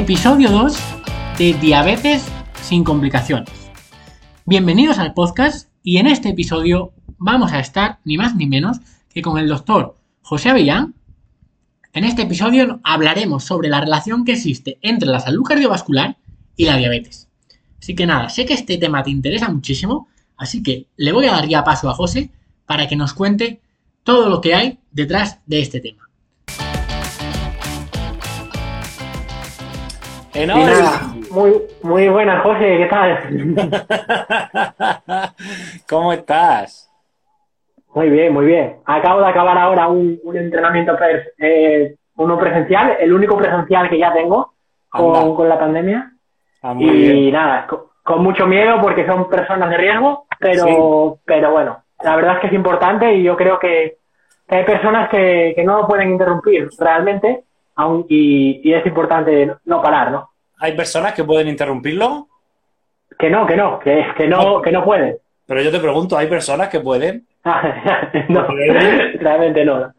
Episodio 2 de Diabetes sin complicaciones. Bienvenidos al podcast y en este episodio vamos a estar ni más ni menos que con el doctor José Avellán. En este episodio hablaremos sobre la relación que existe entre la salud cardiovascular y la diabetes. Así que nada, sé que este tema te interesa muchísimo, así que le voy a dar ya paso a José para que nos cuente todo lo que hay detrás de este tema. Muy buenas, José, ¿qué tal? ¿Cómo estás? Muy bien, muy bien. Acabo de acabar ahora un entrenamiento uno presencial, el único presencial que ya tengo con la pandemia. Muy y bien. Nada, con mucho miedo porque son personas de riesgo, pero bueno, la verdad es que es importante y yo creo que hay personas que no lo pueden interrumpir realmente y es importante no parar, ¿no? ¿Hay personas que pueden interrumpirlo? Que no pueden. Pero yo te pregunto, ¿hay personas que pueden? No, realmente no.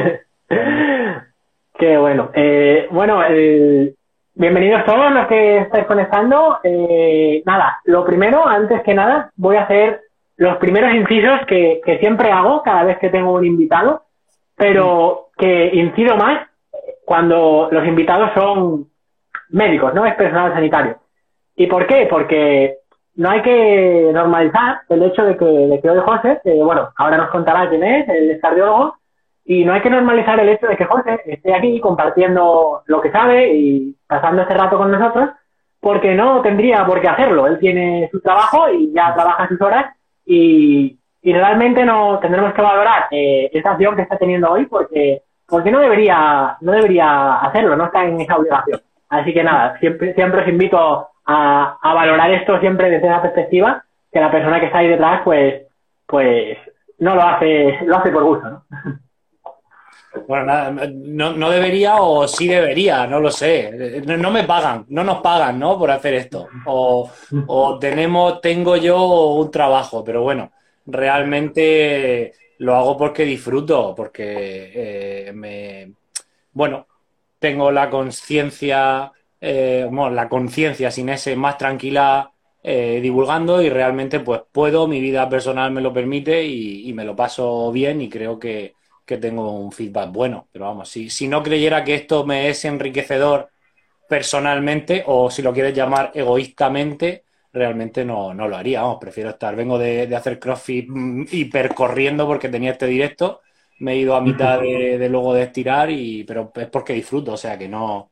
Qué bueno. Bienvenidos todos los que estáis conectando. Nada, lo primero, antes que nada, voy a hacer los primeros incisos que siempre hago cada vez que tengo un invitado, pero que incido más cuando los invitados son médicos, no es personal sanitario. ¿Y por qué? Porque no hay que normalizar el hecho de que hoy José, ahora nos contará quién es, el cardiólogo, y no hay que normalizar el hecho de que José esté aquí compartiendo lo que sabe y pasando este rato con nosotros, porque no tendría por qué hacerlo. Él tiene su trabajo y ya trabaja sus horas y realmente no tendremos que valorar esta acción que está teniendo hoy porque no debería hacerlo, no está en esa obligación. Así que nada, siempre os invito a valorar esto siempre desde esa perspectiva, que la persona que está ahí detrás, pues no lo hace por gusto, ¿no? Bueno, nada, no debería o sí debería, no lo sé. No me pagan, no nos pagan, ¿no? Por hacer esto. O tengo yo un trabajo, pero bueno, realmente lo hago porque disfruto, porque tengo la conciencia, la conciencia sin ese más tranquila divulgando y realmente pues mi vida personal me lo permite y me lo paso bien y creo que tengo un feedback bueno. Pero vamos, si no creyera que esto me es enriquecedor personalmente o si lo quieres llamar egoístamente, realmente no lo haría. Vamos, prefiero vengo de hacer CrossFit hipercorriendo porque tenía este directo. Me he ido a mitad de luego de estirar, pero es porque disfruto, o sea que no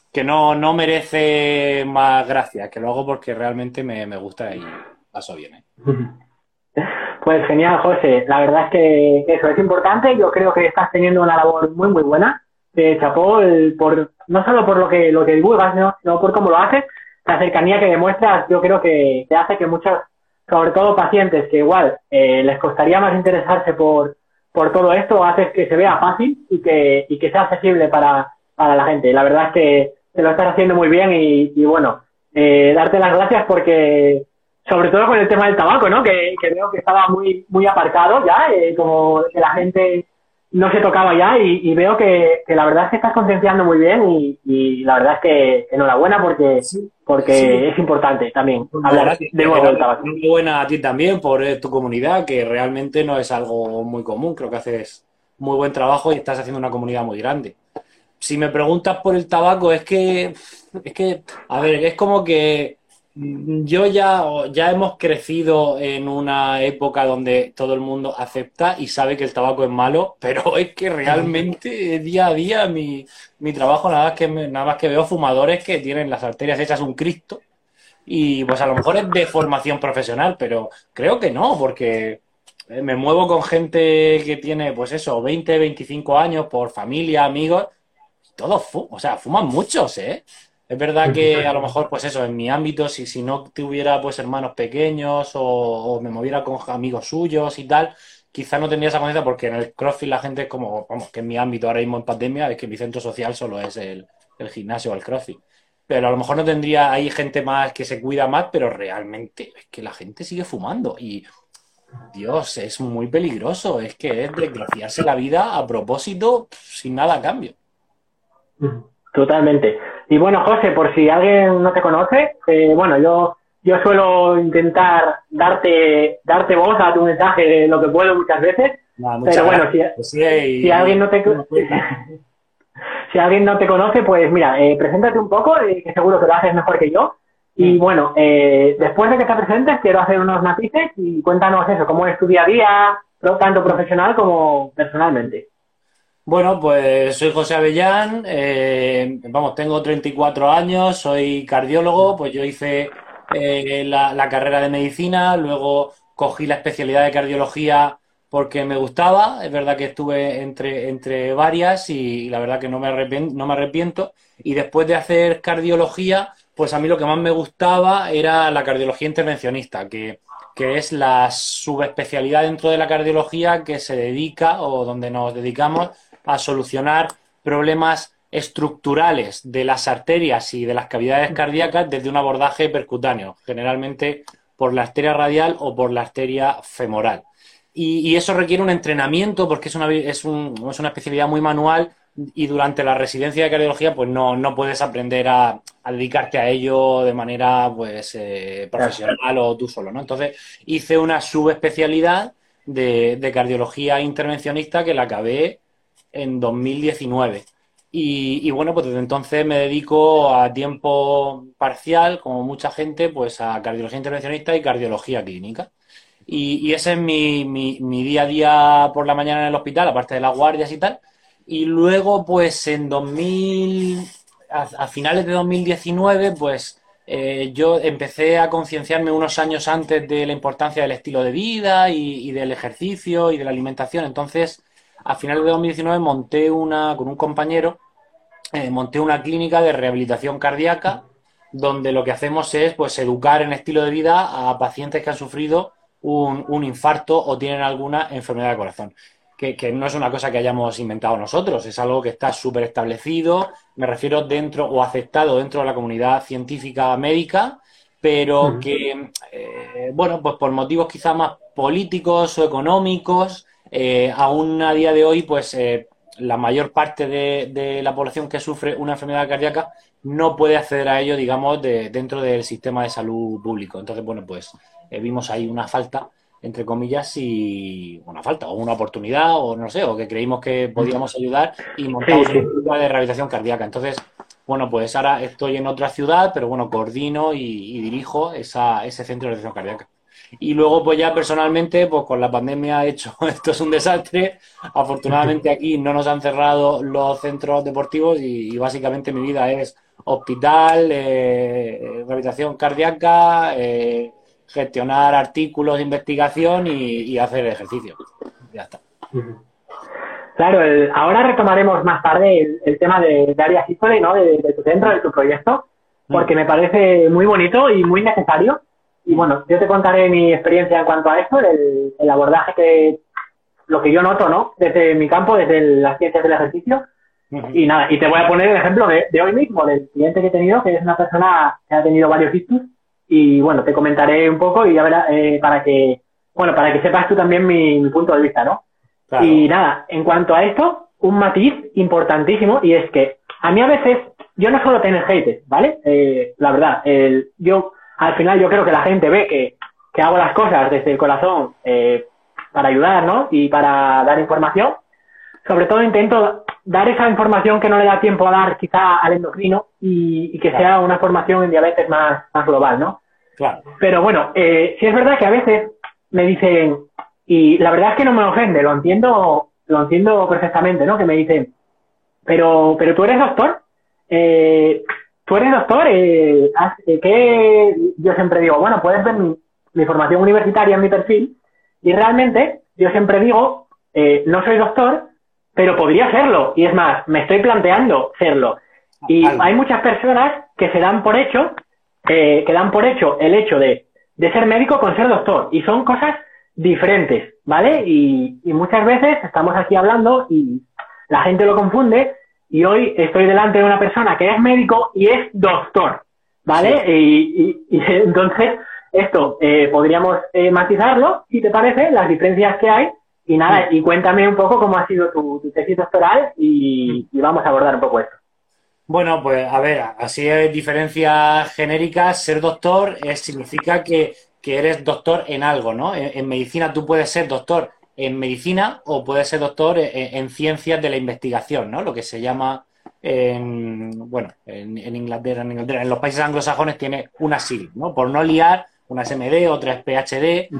merece más gracias, que lo hago porque realmente me gusta y paso bien, ¿eh? Pues genial, José. La verdad es que eso es importante. Yo creo que estás teniendo una labor muy, muy buena. Te chapó no solo por lo que divulgas, sino por cómo lo haces. La cercanía que demuestras, yo creo que te hace que muchos, sobre todo pacientes que igual les costaría más interesarse por todo esto, haces que se vea fácil y que sea accesible para la gente. La verdad es que te lo estás haciendo muy bien y darte las gracias porque sobre todo con el tema del tabaco, ¿no? Que veo que estaba muy, muy aparcado ya, como que la gente no se tocaba ya y veo que la verdad es que estás concienciando muy bien y la verdad es que enhorabuena porque Sí. Es importante también hablar de nuevo del tabaco. Enhorabuena a ti también por tu comunidad, que realmente no es algo muy común. Creo que haces muy buen trabajo y estás haciendo una comunidad muy grande. Si me preguntas por el tabaco, a ver, es como que ya hemos crecido en una época donde todo el mundo acepta y sabe que el tabaco es malo, pero es que realmente día a día mi trabajo nada más que veo fumadores que tienen las arterias hechas un Cristo y pues a lo mejor es de formación profesional, pero creo que no, porque me muevo con gente que tiene pues eso, 20, 25 años por familia, amigos, todos fuman muchos, ¿eh? Es verdad que a lo mejor, pues eso, en mi ámbito, si no tuviera pues hermanos pequeños o me moviera con amigos suyos y tal, quizá no tendría esa conciencia porque en el CrossFit la gente es como, vamos, que en mi ámbito ahora mismo en pandemia es que mi centro social solo es el gimnasio o el CrossFit. Pero a lo mejor no tendría, hay gente más que se cuida más, pero realmente es que la gente sigue fumando y Dios, es muy peligroso, es que es desgraciarse la vida a propósito sin nada a cambio. Totalmente. Y bueno, José, por si alguien no te conoce, bueno, yo suelo intentar darte voz a tu mensaje de lo que puedo muchas veces, pero bueno, si alguien no te... Si alguien no te conoce, pues mira, preséntate un poco, que seguro que lo haces mejor que yo. Y bueno, después de que te presentes, quiero hacer unos matices y cuéntanos eso, cómo es tu día a día, tanto profesional como personalmente. Bueno, pues soy José Avellán, tengo 34 años, soy cardiólogo, pues yo hice la carrera de medicina, luego cogí la especialidad de cardiología porque me gustaba, es verdad que estuve entre varias y la verdad que no me arrepiento. Y después de hacer cardiología, pues a mí lo que más me gustaba era la cardiología intervencionista, que es la subespecialidad dentro de la cardiología que se dedica o donde nos dedicamos a solucionar problemas estructurales de las arterias y de las cavidades cardíacas desde un abordaje percutáneo, generalmente por la arteria radial o por la arteria femoral. Y eso requiere un entrenamiento porque es una especialidad muy manual y durante la residencia de cardiología pues no puedes aprender a dedicarte a ello de manera pues profesional o tú solo, ¿no? Entonces hice una subespecialidad de cardiología intervencionista que la acabé en 2019. Y bueno, pues desde entonces me dedico a tiempo parcial, como mucha gente, pues a cardiología intervencionista y cardiología clínica. Y ese es mi día a día por la mañana en el hospital, aparte de las guardias y tal. Y luego, pues a finales de 2019, pues yo empecé a concienciarme unos años antes de la importancia del estilo de vida y del ejercicio y de la alimentación. Entonces, a finales de 2019 con un compañero, monté una clínica de rehabilitación cardíaca donde lo que hacemos es pues educar en estilo de vida a pacientes que han sufrido un infarto o tienen alguna enfermedad de corazón. Que no es una cosa que hayamos inventado nosotros, es algo que está súper establecido, me refiero dentro o aceptado dentro de la comunidad científica médica, pero que, bueno, pues por motivos quizás más políticos o económicos, aún a día de hoy, pues la mayor parte de la población que sufre una enfermedad cardíaca no puede acceder a ello, digamos, dentro del sistema de salud público. Entonces, bueno, pues vimos ahí una falta, entre comillas, y una falta, o una oportunidad, o no sé, o que creímos que podíamos ayudar y montamos un grupo de rehabilitación cardíaca. Entonces, bueno, pues ahora estoy en otra ciudad, pero bueno, coordino y dirijo ese centro de rehabilitación cardíaca. Y luego, pues ya personalmente, pues con la pandemia he hecho, esto es un desastre. Afortunadamente aquí no nos han cerrado los centros deportivos y básicamente mi vida es hospital, rehabilitación cardíaca, gestionar artículos de investigación y hacer ejercicio. Ya está. Claro, ahora retomaremos más tarde el tema de Area History, ¿no? De tu centro, de tu proyecto, porque me parece muy bonito y muy necesario. Y bueno, yo te contaré mi experiencia en cuanto a esto, el abordaje lo que yo noto, ¿no? Desde mi campo, desde las ciencias del ejercicio. Y nada, y te voy a poner el ejemplo de hoy mismo, del cliente que he tenido, que es una persona que ha tenido varios ictus. Y bueno, te comentaré un poco y ya verás, para que sepas tú también mi punto de vista, ¿no? Claro. Y nada, en cuanto a esto, un matiz importantísimo, y es que a mí a veces, yo no suelo tener haters, ¿vale? La verdad, al final yo creo que la gente ve que hago las cosas desde el corazón para ayudar, ¿no? Y para dar información. Sobre todo intento dar esa información que no le da tiempo a dar quizá al endocrino y que sea una formación en diabetes más global, ¿no? Claro. Pero bueno, sí es verdad que a veces me dicen, y la verdad es que no me ofende, lo entiendo perfectamente, ¿no? Que me dicen, pero tú eres doctor, que yo siempre digo, bueno, puedes ver mi formación universitaria en mi perfil, y realmente yo siempre digo, no soy doctor, pero podría serlo, y es más, me estoy planteando serlo. Y hay muchas personas que se dan por hecho, el hecho de ser médico con ser doctor, y son cosas diferentes, ¿vale? Y muchas veces estamos aquí hablando y la gente lo confunde, y hoy estoy delante de una persona que es médico y es doctor, ¿vale? Sí. Y entonces esto podríamos matizarlo, si te parece, las diferencias que hay. Y nada, y cuéntame un poco cómo ha sido tu tesis doctoral y vamos a abordar un poco esto. Bueno, pues a ver, así es diferencias genéricas. Ser doctor significa que eres doctor en algo, ¿no? En medicina tú puedes ser doctor en medicina o puedes ser doctor en ciencias de la investigación, ¿no? Lo que se llama, bueno, en Inglaterra, en los países anglosajones tiene una sigla, ¿no? Por no liar, una es MD, otra es PhD.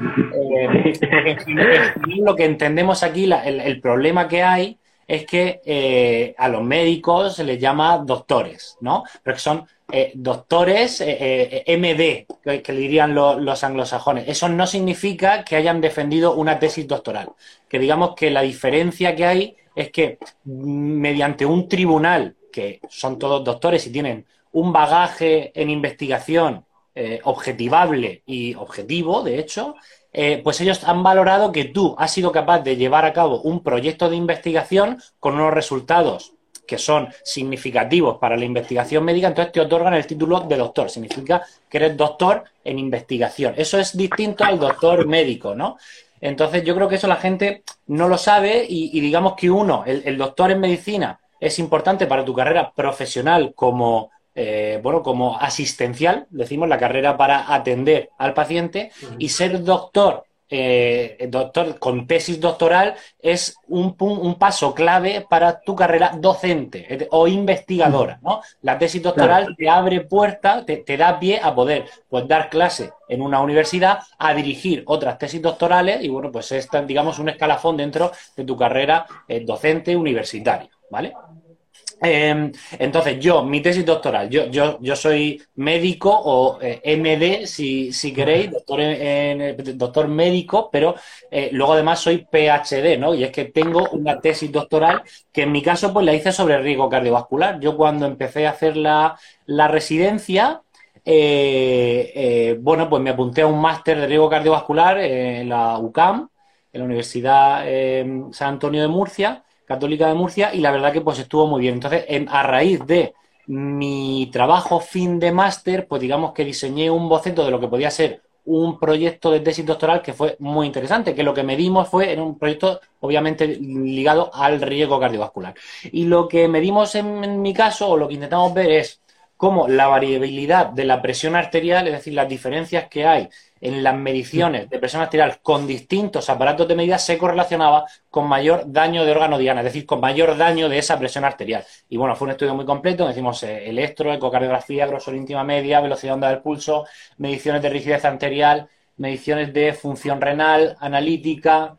En general, lo que entendemos aquí, el problema que hay es que a los médicos se les llama doctores, ¿no? Pero que son doctores MD, que le dirían los anglosajones. Eso no significa que hayan defendido una tesis doctoral. Que digamos que la diferencia que hay es que mediante un tribunal, que son todos doctores y tienen un bagaje en investigación objetivable y objetivo, de hecho, pues ellos han valorado que tú has sido capaz de llevar a cabo un proyecto de investigación con unos resultados que son significativos para la investigación médica, entonces te otorgan el título de doctor. Significa que eres doctor en investigación. Eso es distinto al doctor médico, ¿no? Entonces yo creo que eso la gente no lo sabe y digamos que el doctor en medicina es importante para tu carrera profesional como bueno, como asistencial, decimos la carrera para atender al paciente, y ser doctor, doctor con tesis doctoral es un paso clave para tu carrera docente o investigadora, ¿no? La tesis doctoral te abre puertas, te da pie a poder pues, dar clase en una universidad, a dirigir otras tesis doctorales y, bueno, pues es, digamos, un escalafón dentro de tu carrera docente universitaria, ¿vale? Entonces, mi tesis doctoral, yo soy médico o MD, si queréis, doctor médico, pero luego además soy PhD, ¿no? Y es que tengo una tesis doctoral que en mi caso pues la hice sobre riesgo cardiovascular. Yo cuando empecé a hacer la residencia, bueno, pues me apunté a un máster de riesgo cardiovascular en la UCAM, en la Universidad San Antonio de Murcia, Católica de Murcia, y la verdad que pues estuvo muy bien. Entonces, a raíz de mi trabajo fin de máster, pues digamos que diseñé un boceto de lo que podía ser un proyecto de tesis doctoral que fue muy interesante, que lo que medimos fue en un proyecto obviamente ligado al riesgo cardiovascular. Y lo que medimos en mi caso, o lo que intentamos ver es cómo la variabilidad de la presión arterial, es decir, las diferencias que hay en las mediciones de presión arterial con distintos aparatos de medida se correlacionaba con mayor daño de órgano diana, es decir, con mayor daño de esa presión arterial. Y bueno, fue un estudio muy completo, decimos electro, ecocardiografía, grosor íntima media, velocidad de onda del pulso, mediciones de rigidez arterial, mediciones de función renal, analítica,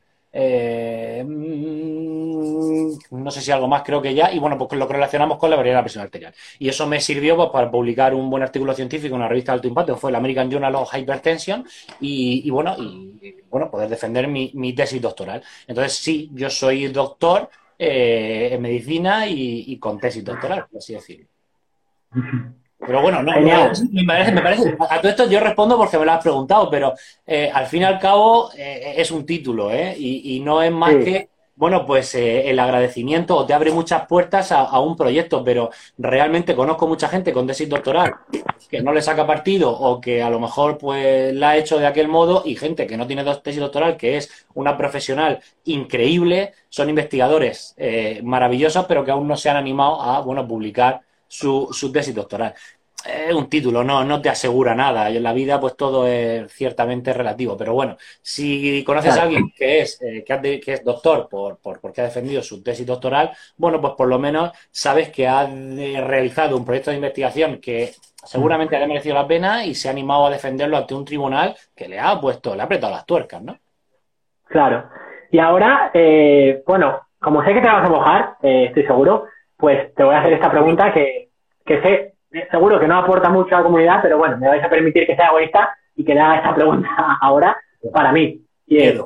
no sé si algo más, creo que ya, y bueno, pues lo relacionamos con la variabilidad de la presión arterial. Y eso me sirvió pues, para publicar un buen artículo científico en una revista de alto impacto, que fue el American Journal of Hypertension, y bueno, poder defender mi tesis doctoral. Entonces, sí, yo soy doctor en medicina y con tesis doctoral, por así decirlo. Pero bueno, me parece, a todo esto yo respondo porque me lo has preguntado, pero al fin y al cabo es un título, y no es más que, bueno, pues el agradecimiento o te abre muchas puertas a un proyecto, pero realmente conozco mucha gente con tesis doctoral que no le saca partido o que a lo mejor pues la ha hecho de aquel modo, y gente que no tiene tesis doctoral, que es una profesional increíble, son investigadores maravillosos, pero que aún no se han animado a, bueno, publicar su tesis doctoral. Es un título, no te asegura nada. Y en la vida, pues todo es ciertamente relativo. Pero bueno, si conoces a alguien que es doctor porque ha defendido su tesis doctoral, bueno, pues por lo menos sabes que ha realizado un proyecto de investigación que seguramente le ha merecido la pena y se ha animado a defenderlo ante un tribunal que le ha apretado las tuercas, ¿no? Claro. Y ahora, bueno, como sé que te vas a mojar, estoy seguro, pues te voy a hacer esta pregunta que sé, seguro que no aporta mucho a la comunidad, pero bueno, me vais a permitir que sea egoísta y que le haga esta pregunta ahora para mí. Y es,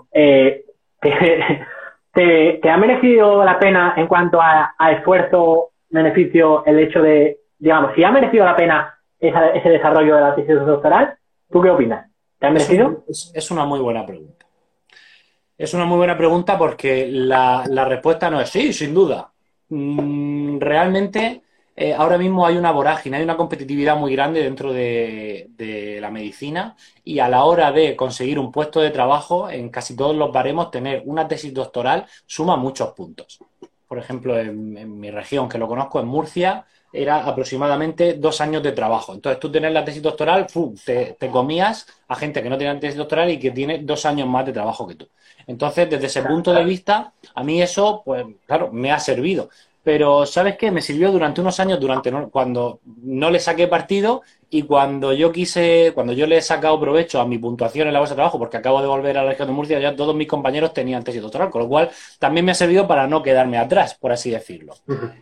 ¿te ha merecido la pena en cuanto a esfuerzo, beneficio, el hecho de, digamos, si ha merecido la pena ese desarrollo de la tesis doctoral? ¿Tú qué opinas? ¿Te ha merecido? Es una muy buena pregunta. Es una muy buena pregunta porque la respuesta no es sí, sin duda. Realmente ahora mismo hay una vorágine, hay una competitividad muy grande dentro de la medicina, y a la hora de conseguir un puesto de trabajo en casi todos los baremos, tener una tesis doctoral suma muchos puntos. Por ejemplo, en mi región, que lo conozco, en Murcia, era aproximadamente 2 años de trabajo. Entonces, tú tener la tesis doctoral, te comías a gente que no tiene tesis doctoral y que tiene 2 años más de trabajo que tú. Entonces, desde ese punto de vista, a mí eso, pues, claro, me ha servido. Pero, ¿sabes qué? Me sirvió durante unos años, cuando no le saqué partido y cuando yo le he sacado provecho a mi puntuación en la bolsa de trabajo, porque acabo de volver a la región de Murcia, ya todos mis compañeros tenían tesis doctoral, con lo cual también me ha servido para no quedarme atrás, por así decirlo.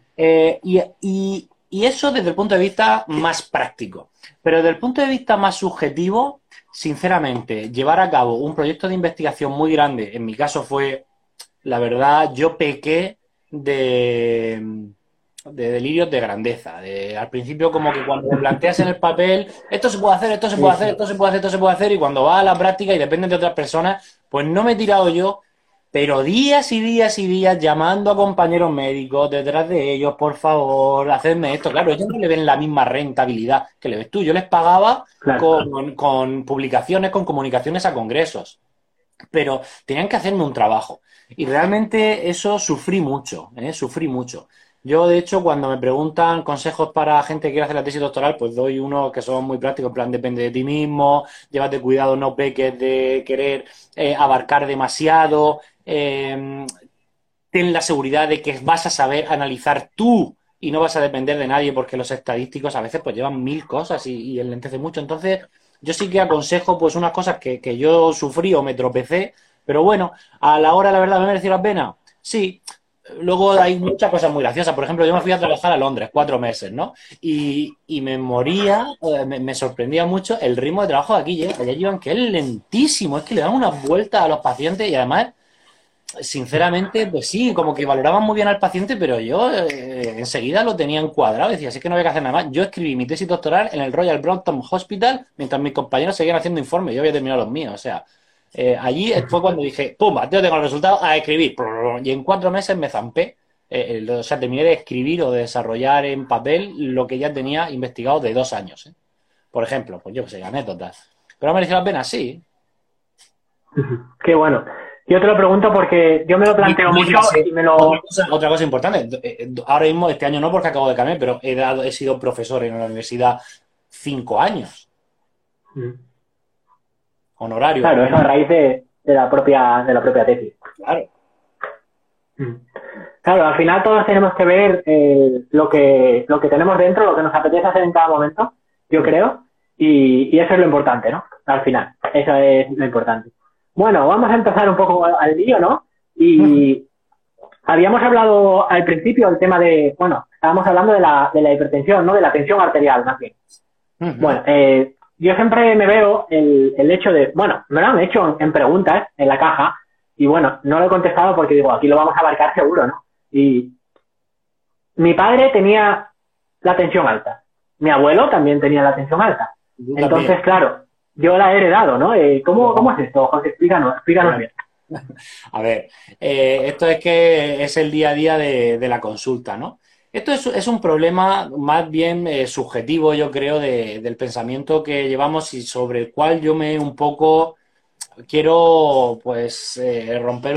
Y eso desde el punto de vista más práctico. Pero desde el punto de vista más subjetivo, sinceramente, llevar a cabo un proyecto de investigación muy grande, en mi caso fue, la verdad, yo pequé de delirios de grandeza. Al principio, como que cuando lo planteas en el papel, esto se puede hacer, esto se puede hacer, esto se puede hacer, esto se puede hacer, y cuando va a la práctica y depende de otras personas, pues no me he tirado yo, pero días y días y días llamando a compañeros médicos detrás de ellos, por favor, hacedme esto. Claro, ellos no le ven la misma rentabilidad que le ves tú. Yo les pagaba con publicaciones, con comunicaciones a congresos, pero tenían que hacerme un trabajo. Y realmente eso sufrí mucho, sufrí mucho. Yo, de hecho, cuando me preguntan consejos para gente que quiere hacer la tesis doctoral, pues doy unos que son muy prácticos, en plan, depende de ti mismo, llévate cuidado, no peques de querer abarcar demasiado, ten la seguridad de que vas a saber analizar tú y no vas a depender de nadie, porque los estadísticos a veces pues llevan 1000 cosas y enlentece mucho. Entonces, yo sí que aconsejo pues unas cosas que yo sufrí o me tropecé, pero bueno, a la hora, la verdad, ¿me mereció la pena? Sí. Luego hay muchas cosas muy graciosas. Por ejemplo, yo me fui a trabajar a Londres 4 meses, ¿no? Y me moría, me sorprendía mucho el ritmo de trabajo de aquí. Allá llevan que es lentísimo, es que le dan unas vueltas a los pacientes y además, sinceramente, pues sí, como que valoraban muy bien al paciente, pero yo enseguida lo tenía encuadrado. Decía, así que no había que hacer nada más. Yo escribí mi tesis doctoral en el Royal Brompton Hospital mientras mis compañeros seguían haciendo informes. Yo había terminado los míos, o sea... allí fue cuando dije, ¡pumba! Yo tengo el resultado a escribir. Y en 4 meses me zampé. O sea, terminé de escribir o de desarrollar en papel lo que ya tenía investigado de 2 años. Por ejemplo, pues yo qué sé, anécdotas. ¿Pero ha merecido la pena? Sí. Qué bueno. Yo te lo pregunto porque yo me lo planteo mucho y me lo... Otra cosa importante. Ahora mismo, este año no porque acabo de cambiar, pero he sido profesor en la universidad 5 años. Honorario. Claro, eso a raíz de la propia tesis. Claro. Claro, al final todos tenemos que ver lo que tenemos dentro, lo que nos apetece hacer en cada momento, yo creo, y eso es lo importante, ¿no? Al final, eso es lo importante. Bueno, vamos a empezar un poco al lío, ¿no? Y habíamos hablado al principio el tema de, bueno, estábamos hablando de la hipertensión, ¿no? De la tensión arterial, más bien. Bueno, yo siempre me veo el hecho de, bueno, me lo han hecho en preguntas en la caja y bueno, no lo he contestado porque digo, aquí lo vamos a abarcar seguro, ¿no? Y mi padre tenía la tensión alta, mi abuelo también tenía la tensión alta. Entonces, claro, yo la he heredado, ¿no? ¿Cómo es esto, José? Explícanos bien. A ver, esto es que es el día a día de la consulta, ¿no? Esto es un problema más bien subjetivo, yo creo, del pensamiento que llevamos y sobre el cual yo un poco quiero, pues, romper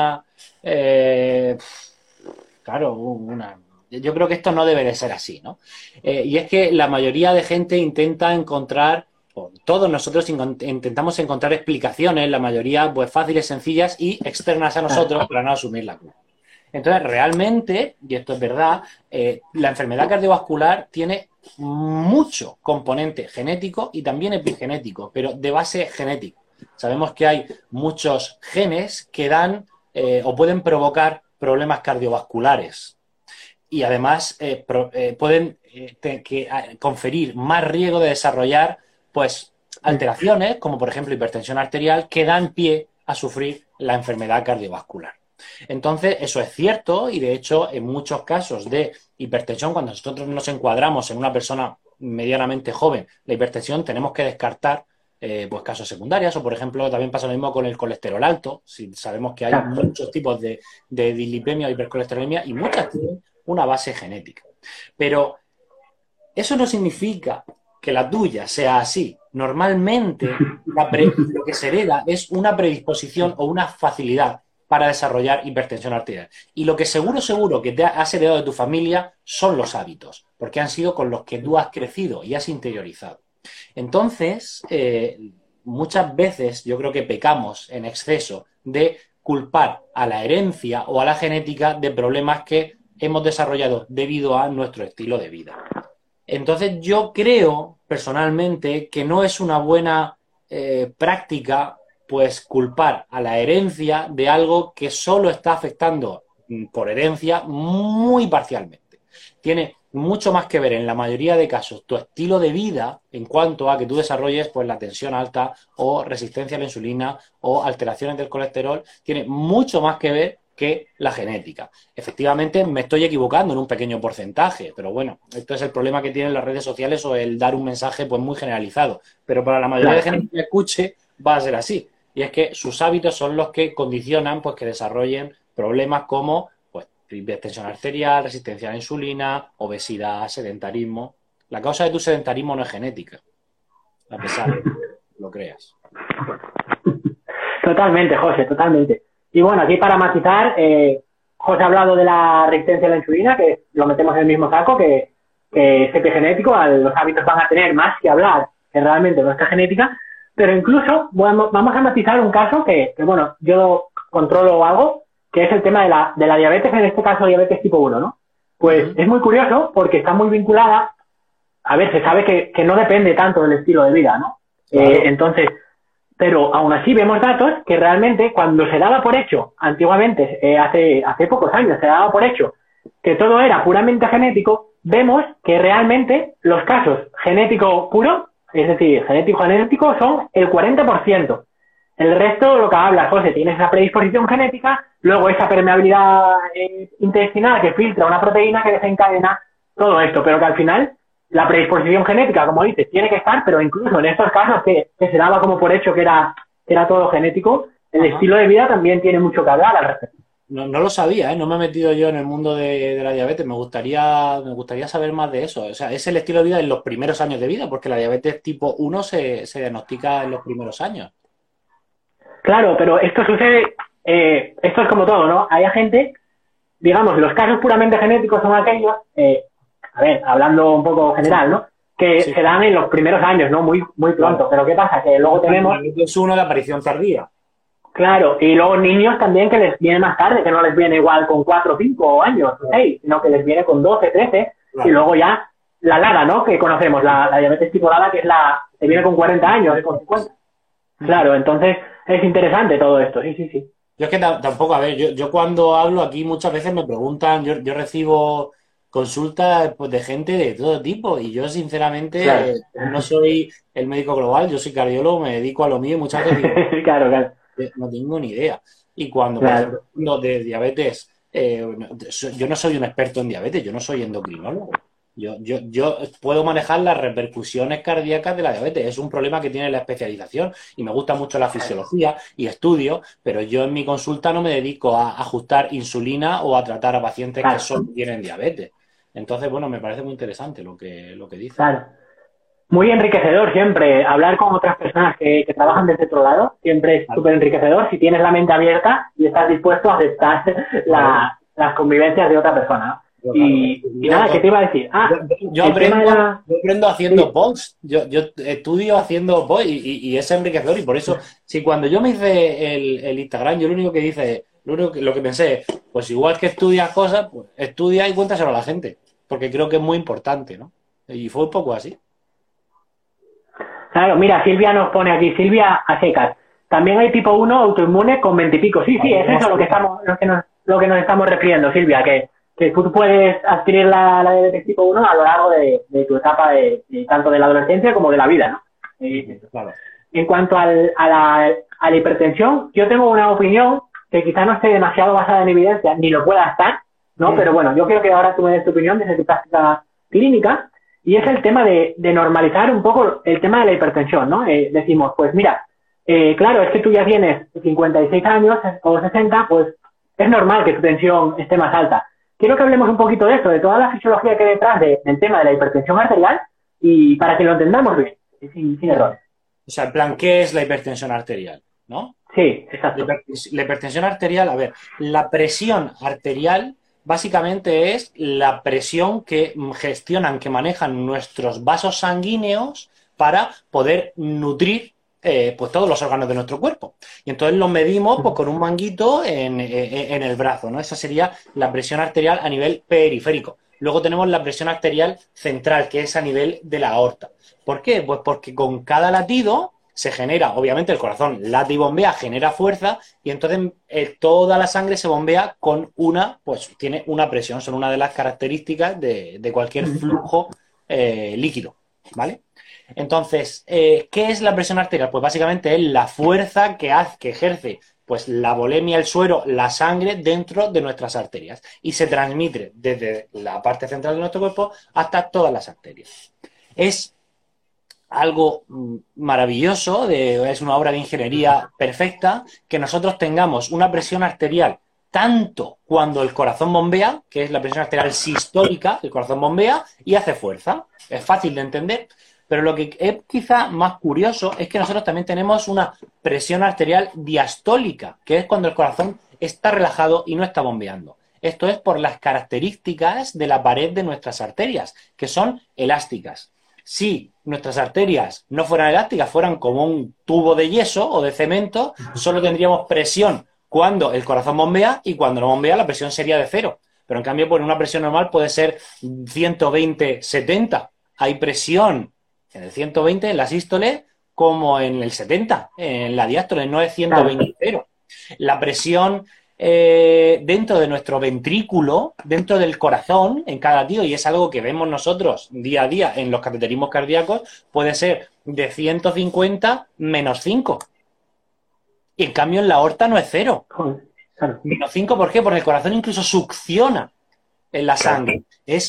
yo creo que esto no debe de ser así, ¿no? Y es que la mayoría de gente intenta encontrar, o todos nosotros intentamos encontrar explicaciones, la mayoría, pues, fáciles, sencillas y externas a nosotros para no asumir la culpa. Entonces, realmente, y esto es verdad, la enfermedad cardiovascular tiene mucho componente genético y también epigenético, pero de base genética. Sabemos que hay muchos genes que dan o pueden provocar problemas cardiovasculares y además pueden conferir más riesgo de desarrollar pues alteraciones, como por ejemplo hipertensión arterial, que dan pie a sufrir la enfermedad cardiovascular. Entonces, eso es cierto y de hecho en muchos casos de hipertensión, cuando nosotros nos encuadramos en una persona medianamente joven, la hipertensión tenemos que descartar pues casos secundarios o por ejemplo también pasa lo mismo con el colesterol alto. Si sabemos que hay muchos tipos de dislipemia o hipercolesterolemia y muchas tienen una base genética. Pero eso no significa que la tuya sea así. Normalmente lo que se hereda es una predisposición o una facilidad para desarrollar hipertensión arterial. Y lo que seguro que te has heredado de tu familia son los hábitos, porque han sido con los que tú has crecido y has interiorizado. Entonces, muchas veces yo creo que pecamos en exceso de culpar a la herencia o a la genética de problemas que hemos desarrollado debido a nuestro estilo de vida. Entonces, yo creo personalmente que no es una buena práctica pues culpar a la herencia de algo que solo está afectando por herencia muy parcialmente. Tiene mucho más que ver en la mayoría de casos tu estilo de vida en cuanto a que tú desarrolles pues la tensión alta o resistencia a la insulina o alteraciones del colesterol. Tiene mucho más que ver que la genética. Efectivamente, me estoy equivocando en un pequeño porcentaje, pero bueno, esto es el problema que tienen las redes sociales o el dar un mensaje pues muy generalizado. Pero para la mayoría de gente que escuche va a ser así. Y es que sus hábitos son los que condicionan pues que desarrollen problemas como pues hipertensión arterial, resistencia a la insulina, obesidad, sedentarismo. La causa de tu sedentarismo no es genética, a pesar de que lo creas. Totalmente, José, totalmente. Y bueno, aquí para matizar, José ha hablado de la resistencia a la insulina, que lo metemos en el mismo saco, que es epigenético, los hábitos van a tener más que hablar que realmente nuestra genética, pero incluso vamos a matizar un caso que bueno, yo controlo algo, que es el tema de la diabetes, en este caso diabetes tipo 1, ¿no? Pues es muy curioso porque está muy vinculada, a ver, se sabe que no depende tanto del estilo de vida, ¿no? Claro. Entonces, pero aún así vemos datos que realmente cuando se daba por hecho, antiguamente, hace pocos años, se daba por hecho que todo era puramente genético, vemos que realmente los casos genético puro, es decir, genético son el 40%. El resto, lo que habla José, tienes esa predisposición genética, luego esa permeabilidad intestinal que filtra una proteína que desencadena todo esto, pero que al final la predisposición genética, como dices, tiene que estar, pero incluso en estos casos que se daba como por hecho que era todo genético, el estilo de vida también tiene mucho que hablar al respecto. No lo sabía, ¿eh? No me he metido yo en el mundo de la diabetes. Me gustaría saber más de eso. O sea, es el estilo de vida en los primeros años de vida, porque la diabetes tipo 1 se diagnostica en los primeros años. Claro, pero esto sucede, esto es como todo, ¿no? Hay gente, digamos, los casos puramente genéticos son aquellos, a ver, hablando un poco general, ¿no? Que se dan en los primeros años, ¿no? Muy pronto. Pero ¿qué pasa? Que luego tenemos... Es uno de aparición tardía. Claro, y luego niños también que les viene más tarde, que no les viene igual con 4, 5 años, 6, sino que les viene con 12, 13, claro. Y luego ya la LADA, ¿no? Que conocemos, la diabetes tipo LADA, que es que viene con 40 años, con 50. Claro, entonces es interesante todo esto, sí. Yo es que tampoco, a ver, yo cuando hablo aquí muchas veces me preguntan, yo recibo consultas pues, de gente de todo tipo y yo sinceramente no soy el médico global, yo soy cardiólogo, me dedico a lo mío y muchas veces digo, claro. No tengo ni idea. Y cuando, por ejemplo, de diabetes, yo no soy un experto en diabetes, yo no soy endocrinólogo. Yo puedo manejar las repercusiones cardíacas de la diabetes. Es un problema que tiene la especialización y me gusta mucho la fisiología y estudio, pero yo en mi consulta no me dedico a ajustar insulina o a tratar a pacientes que solo tienen diabetes. Entonces, bueno, me parece muy interesante lo que dice. Claro. Muy enriquecedor siempre. Hablar con otras personas que trabajan desde otro lado siempre es súper enriquecedor si tienes la mente abierta y estás dispuesto a aceptar las convivencias de otra persona. Y nada, ¿qué te iba a decir? Yo aprendo haciendo posts. Yo estudio haciendo posts y es enriquecedor. Y por eso, si cuando yo me hice el Instagram, yo lo único que pensé es, pues igual que estudias cosas, pues estudia y cuéntaselo a la gente. Porque creo que es muy importante, ¿no? Y fue un poco así. Claro, mira, Silvia nos pone aquí, Silvia a secas. También hay tipo 1 autoinmune con 20 y pico. Sí, es eso lo que nos estamos refiriendo, Silvia, que tú puedes adquirir la diabetes tipo 1 a lo largo de tu etapa tanto de la adolescencia como de la vida, ¿no? Claro. En cuanto a la hipertensión, yo tengo una opinión que quizá no esté demasiado basada en evidencia, ni lo pueda estar, ¿no? Sí. Pero bueno, yo quiero que ahora tú me des tu opinión desde tu práctica clínica, y es el tema de normalizar un poco el tema de la hipertensión, ¿no? Decimos, pues mira, claro, es que tú ya tienes 56 años o 60, pues es normal que tu tensión esté más alta. Quiero que hablemos un poquito de eso, de toda la fisiología que hay detrás del tema de la hipertensión arterial y para que lo entendamos bien, sin errores. O sea, en plan, ¿qué es la hipertensión arterial? ¿no? Sí, exacto. La hipertensión arterial, a ver, la presión arterial básicamente es la presión que gestionan, que manejan nuestros vasos sanguíneos para poder nutrir pues todos los órganos de nuestro cuerpo. Y entonces lo medimos pues, con un manguito en el brazo, ¿no? Esa sería la presión arterial a nivel periférico. Luego tenemos la presión arterial central, que es a nivel de la aorta. ¿Por qué? Pues porque con cada latido se genera, obviamente el corazón late y bombea, genera fuerza y entonces toda la sangre se bombea con pues tiene una presión, son una de las características de cualquier flujo líquido, ¿vale? Entonces, ¿qué es la presión arterial? Pues básicamente es la fuerza que ejerce pues la volemia, el suero, la sangre dentro de nuestras arterias y se transmite desde la parte central de nuestro cuerpo hasta todas las arterias. Es algo maravilloso, es una obra de ingeniería perfecta, que nosotros tengamos una presión arterial tanto cuando el corazón bombea, que es la presión arterial sistólica, el corazón bombea y hace fuerza. Es fácil de entender, pero lo que es quizá más curioso es que nosotros también tenemos una presión arterial diastólica, que es cuando el corazón está relajado y no está bombeando. Esto es por las características de la pared de nuestras arterias, que son elásticas. Si nuestras arterias no fueran elásticas, fueran como un tubo de yeso o de cemento, solo tendríamos presión cuando el corazón bombea y cuando no bombea la presión sería de 0. Pero en cambio, por una presión normal puede ser 120-70. Hay presión en el 120 en la sístole como en el 70, en la diástole, no es 120-0. La presión dentro de nuestro ventrículo, dentro del corazón, en cada latido, y es algo que vemos nosotros día a día en los cateterismos cardíacos, puede ser de 150 menos 5. Y en cambio en la aorta no es 0. Menos 5, ¿por qué? Porque el corazón incluso succiona en la sangre.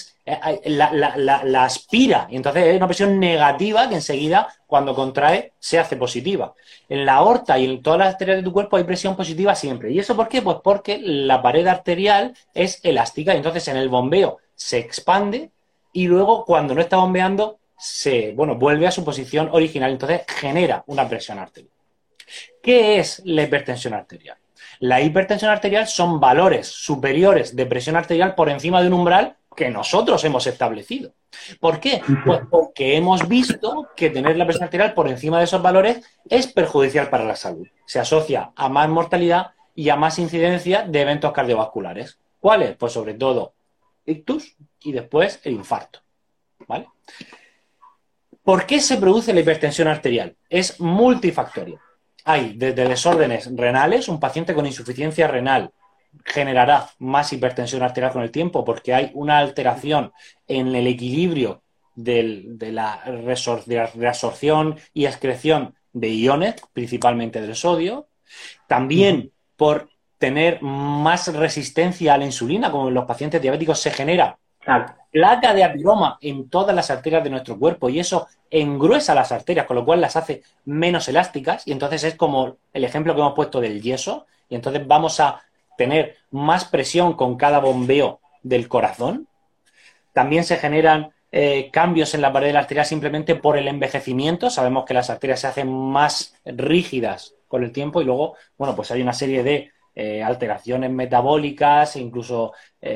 La aspira. Y entonces es una presión negativa que enseguida, cuando contrae, se hace positiva. En la aorta y en todas las arterias de tu cuerpo hay presión positiva siempre. ¿Y eso por qué? Pues porque la pared arterial es elástica. Y entonces en el bombeo se expande y luego cuando no está bombeando vuelve a su posición original. Entonces genera una presión arterial. ¿Qué es la hipertensión arterial? La hipertensión arterial son valores superiores de presión arterial por encima de un umbral que nosotros hemos establecido. ¿Por qué? Pues porque hemos visto que tener la presión arterial por encima de esos valores es perjudicial para la salud. Se asocia a más mortalidad y a más incidencia de eventos cardiovasculares. ¿Cuáles? Pues sobre todo ictus y después el infarto. ¿Vale? ¿Por qué se produce la hipertensión arterial? Es multifactorial. Hay desde desórdenes renales, un paciente con insuficiencia renal generará más hipertensión arterial con el tiempo porque hay una alteración en el equilibrio de la reabsorción y excreción de iones, principalmente del sodio. También por tener más resistencia a la insulina, como en los pacientes diabéticos se genera placa de apiroma en todas las arterias de nuestro cuerpo y eso engruesa las arterias, con lo cual las hace menos elásticas y entonces es como el ejemplo que hemos puesto del yeso y entonces vamos a tener más presión con cada bombeo del corazón. También se generan cambios en la pared de la arteria simplemente por el envejecimiento. Sabemos que las arterias se hacen más rígidas con el tiempo y luego, bueno, pues hay una serie de alteraciones metabólicas, incluso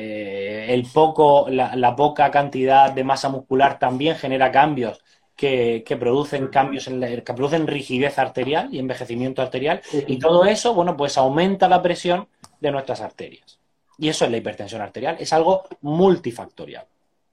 la poca cantidad de masa muscular también genera cambios que producen que producen rigidez arterial y envejecimiento arterial y todo eso, bueno, pues aumenta la presión de nuestras arterias. Y eso es la hipertensión arterial, es algo multifactorial.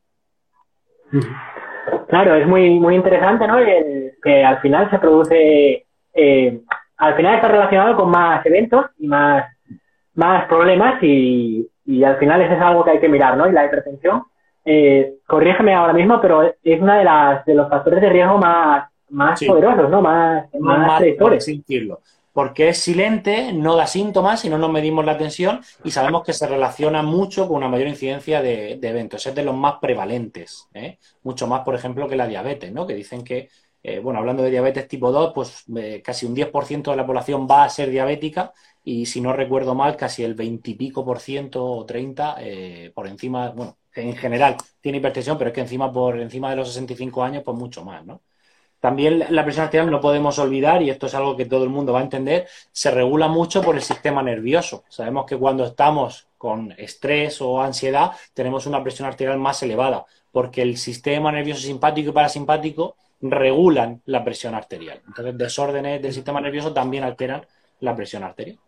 Claro, es muy, muy interesante, ¿no? Que al final se produce, al final está relacionado con más eventos y más problemas y al final eso es algo que hay que mirar, ¿no? Y la hipertensión, corrígeme ahora mismo, pero es una de los factores de riesgo más poderosos, ¿no? Más predictores. Sin decirlo. Porque es silente, no da síntomas y no nos medimos la tensión y sabemos que se relaciona mucho con una mayor incidencia de eventos. Es de los más prevalentes, ¿eh? Mucho más, por ejemplo, que la diabetes, ¿no? Que dicen que, hablando de diabetes tipo 2, pues casi un 10% de la población va a ser diabética y si no recuerdo mal, casi el 20 y pico por ciento o 30% por encima, bueno, en general tiene hipertensión, pero es que por encima de los 65 años, pues mucho más, ¿no? También la presión arterial no podemos olvidar, y esto es algo que todo el mundo va a entender, se regula mucho por el sistema nervioso. Sabemos que cuando estamos con estrés o ansiedad tenemos una presión arterial más elevada, porque el sistema nervioso simpático y parasimpático regulan la presión arterial. Entonces, desórdenes del sistema nervioso también alteran la presión arterial.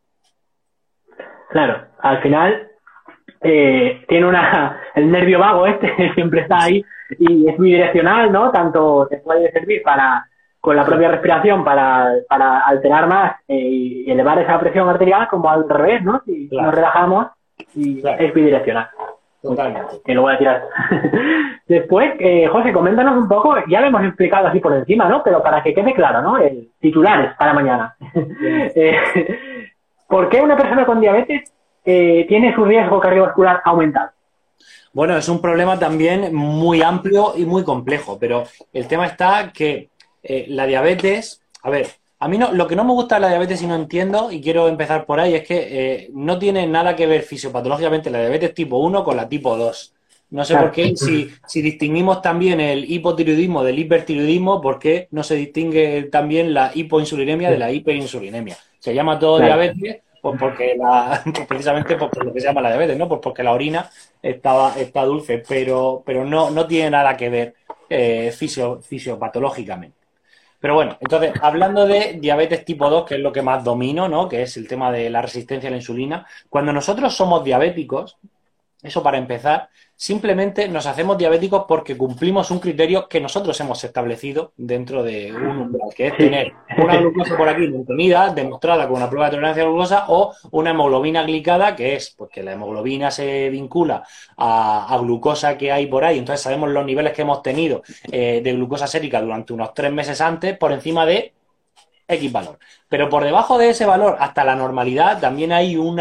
Claro, al final tiene el nervio vago siempre está ahí y es bidireccional, ¿no? Tanto te puede servir con la propia respiración para alterar más y elevar esa presión arterial, como al revés, ¿no? Si nos relajamos y es bidireccional. Totalmente. Que lo voy a tirar. Después, José, coméntanos un poco, ya lo hemos explicado así por encima, ¿no? Pero para que quede claro, ¿no? El titulares para mañana. ¿Por qué una persona con diabetes tiene su riesgo cardiovascular aumentado? Bueno, es un problema también muy amplio y muy complejo, pero el tema está que la diabetes, a ver, a mí lo que no me gusta de la diabetes y no entiendo, y quiero empezar por ahí, es que no tiene nada que ver fisiopatológicamente la diabetes tipo 1 con la tipo 2. No sé por qué, si distinguimos también el hipotiroidismo del hipertiroidismo, ¿por qué no se distingue también la hipoinsulinemia de la hiperinsulinemia? Se llama todo diabetes pues porque precisamente por lo que se llama la diabetes, ¿no? Pues porque la orina está dulce, pero no tiene nada que ver fisiopatológicamente. Pero bueno, entonces, hablando de diabetes tipo 2, que es lo que más domino, ¿no? Que es el tema de la resistencia a la insulina, cuando nosotros somos diabéticos, eso para empezar, simplemente nos hacemos diabéticos porque cumplimos un criterio que nosotros hemos establecido dentro de un umbral, que es tener una glucosa por aquí mantenida, demostrada con una prueba de tolerancia a la glucosa, o una hemoglobina glicada, que es porque la hemoglobina se vincula a glucosa que hay por ahí, entonces sabemos los niveles que hemos tenido de glucosa sérica durante unos 3 meses antes, por encima de X valor. Pero por debajo de ese valor, hasta la normalidad, también hay un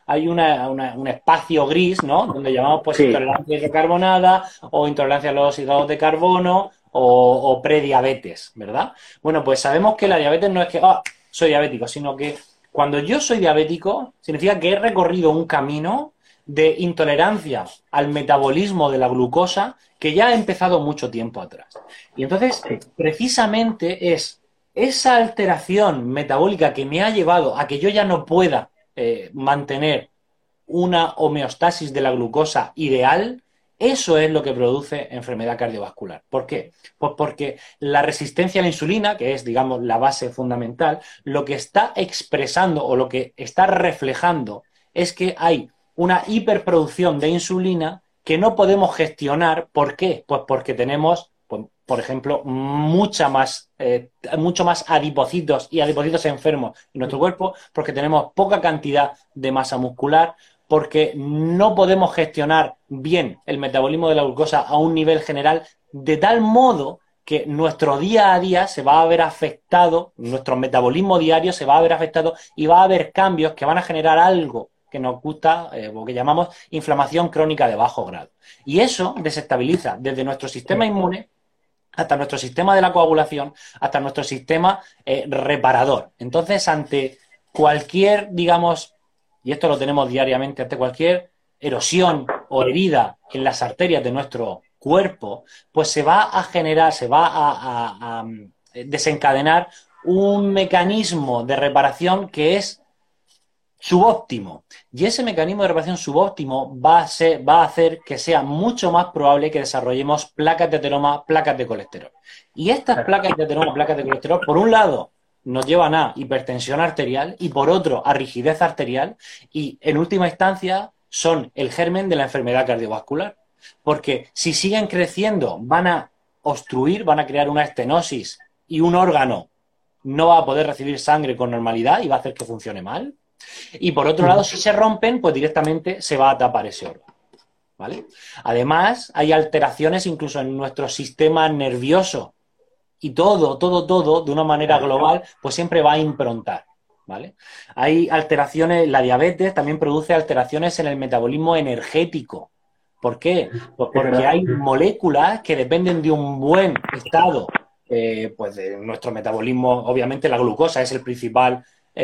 espacio gris, ¿no? Donde llamamos pues intolerancia hidrocarbonada o intolerancia a los hidratos de carbono o prediabetes, ¿verdad? Bueno, pues sabemos que la diabetes no es que soy diabético, sino que cuando yo soy diabético, significa que he recorrido un camino de intolerancia al metabolismo de la glucosa que ya ha empezado mucho tiempo atrás. Y entonces, precisamente es esa alteración metabólica que me ha llevado a que yo ya no pueda mantener una homeostasis de la glucosa ideal, eso es lo que produce enfermedad cardiovascular. ¿Por qué? Pues porque la resistencia a la insulina, que es, digamos, la base fundamental, lo que está expresando o lo que está reflejando es que hay una hiperproducción de insulina que no podemos gestionar. ¿Por qué? Pues porque tenemos, por ejemplo, mucho más adipocitos y adipocitos enfermos en nuestro cuerpo, porque tenemos poca cantidad de masa muscular, porque no podemos gestionar bien el metabolismo de la glucosa a un nivel general, de tal modo que nuestro día a día se va a ver afectado, nuestro metabolismo diario se va a ver afectado y va a haber cambios que van a generar algo que nos gusta, o que llamamos inflamación crónica de bajo grado. Y eso desestabiliza desde nuestro sistema inmune hasta nuestro sistema de la coagulación, hasta nuestro sistema reparador. Entonces, ante cualquier, digamos, y esto lo tenemos diariamente, ante cualquier erosión o herida en las arterias de nuestro cuerpo, pues se va a generar, se va a desencadenar un mecanismo de reparación que es subóptimo. Y ese mecanismo de reparación subóptimo va a hacer que sea mucho más probable que desarrollemos placas de ateroma, placas de colesterol. Y estas placas de ateroma, placas de colesterol, por un lado, nos llevan a hipertensión arterial y por otro a rigidez arterial y en última instancia son el germen de la enfermedad cardiovascular. Porque si siguen creciendo van a obstruir, van a crear una estenosis y un órgano no va a poder recibir sangre con normalidad y va a hacer que funcione mal. Y por otro lado, si se rompen, pues directamente se va a tapar ese órgano, ¿vale? Además, hay alteraciones incluso en nuestro sistema nervioso y todo, de una manera global, pues siempre va a improntar, ¿vale? Hay alteraciones, la diabetes también produce alteraciones en el metabolismo energético. ¿Por qué? Pues porque hay moléculas que dependen de un buen estado, pues de nuestro metabolismo. Obviamente la glucosa es el principal,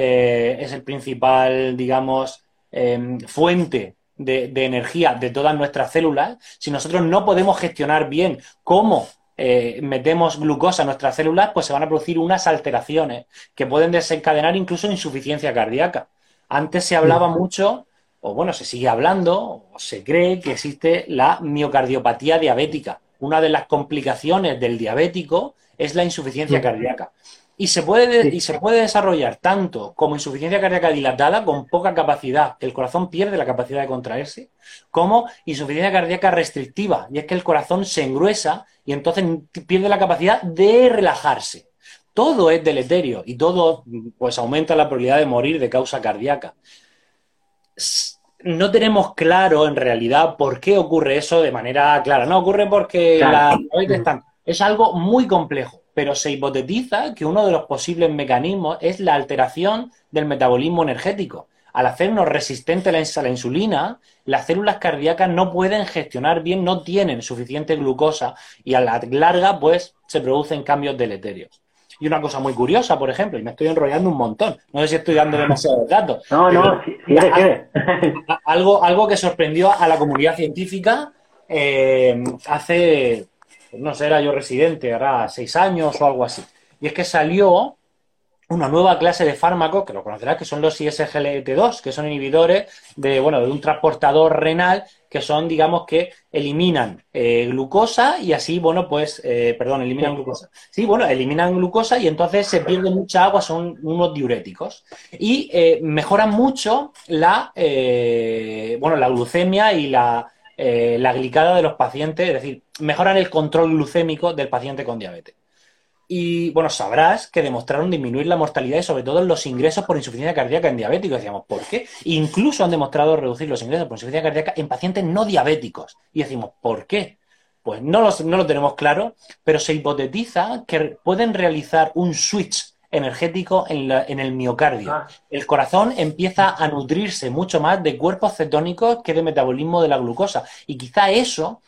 digamos, fuente de energía de todas nuestras células. Si nosotros no podemos gestionar bien cómo metemos glucosa en nuestras células, pues se van a producir unas alteraciones que pueden desencadenar incluso insuficiencia cardíaca. Antes se hablaba mucho, o bueno, se sigue hablando, o se cree que existe la miocardiopatía diabética. Una de las complicaciones del diabético es la insuficiencia cardíaca. Y se puede desarrollar tanto como insuficiencia cardíaca dilatada, con poca capacidad, que el corazón pierde la capacidad de contraerse, como insuficiencia cardíaca restrictiva, y es que el corazón se engruesa y entonces pierde la capacidad de relajarse. Todo es deleterio y todo pues aumenta la probabilidad de morir de causa cardíaca. No tenemos claro en realidad por qué ocurre eso de manera clara. No ocurre porque Claro. es algo muy complejo, pero se hipotetiza que uno de los posibles mecanismos es la alteración del metabolismo energético. Al hacernos resistentes a la insulina, las células cardíacas no pueden gestionar bien, no tienen suficiente glucosa y a la larga pues se producen cambios deleterios. Y una cosa muy curiosa, por ejemplo, y me estoy enrollando un montón, no sé si estoy dando demasiados datos, No, no, sigue. algo que sorprendió a la comunidad científica hace, no sé, era yo residente, hará 6 años o algo así. Y es que salió una nueva clase de fármacos, que lo conocerás, que son los ISGLT2, que son inhibidores de un transportador renal, que son, digamos, que eliminan glucosa y así, eliminan glucosa. Sí, eliminan glucosa y entonces se pierde mucha agua, son unos diuréticos. Y mejoran mucho la glucemia y la glicada de los pacientes, es decir, mejoran el control glucémico del paciente con diabetes. Y sabrás que demostraron disminuir la mortalidad y sobre todo los ingresos por insuficiencia cardíaca en diabéticos. Decíamos, ¿por qué? Incluso han demostrado reducir los ingresos por insuficiencia cardíaca en pacientes no diabéticos. Y decimos, ¿por qué? Pues no lo tenemos claro, pero se hipotetiza que pueden realizar un switch energético en el miocardio. El corazón empieza a nutrirse mucho más de cuerpos cetónicos que de metabolismo de la glucosa. Y quizá eso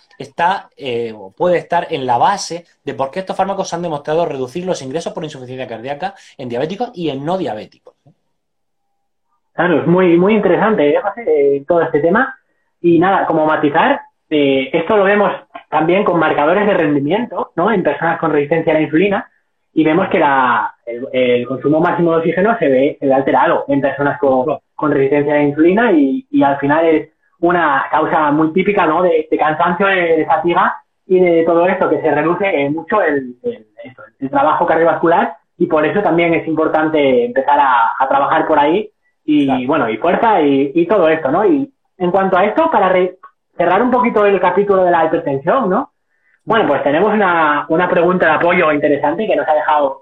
puede estar en la base de por qué estos fármacos han demostrado reducir los ingresos por insuficiencia cardíaca en diabéticos y en no diabéticos. Claro, es muy, muy interesante, José, todo este tema. Y nada, como matizar, esto lo vemos también con marcadores de rendimiento, ¿no? En personas con resistencia a la insulina, y vemos que el consumo máximo de oxígeno se ve alterado en personas con resistencia a la insulina y al final es una causa muy típica, ¿no? De cansancio, de fatiga y de todo esto, que se reduce mucho el trabajo cardiovascular, y por eso también es importante empezar a trabajar por ahí y, claro, y fuerza y todo esto, ¿no? Y en cuanto a esto, para cerrar un poquito el capítulo de la hipertensión, ¿no? Bueno, pues tenemos una pregunta de apoyo interesante que nos ha dejado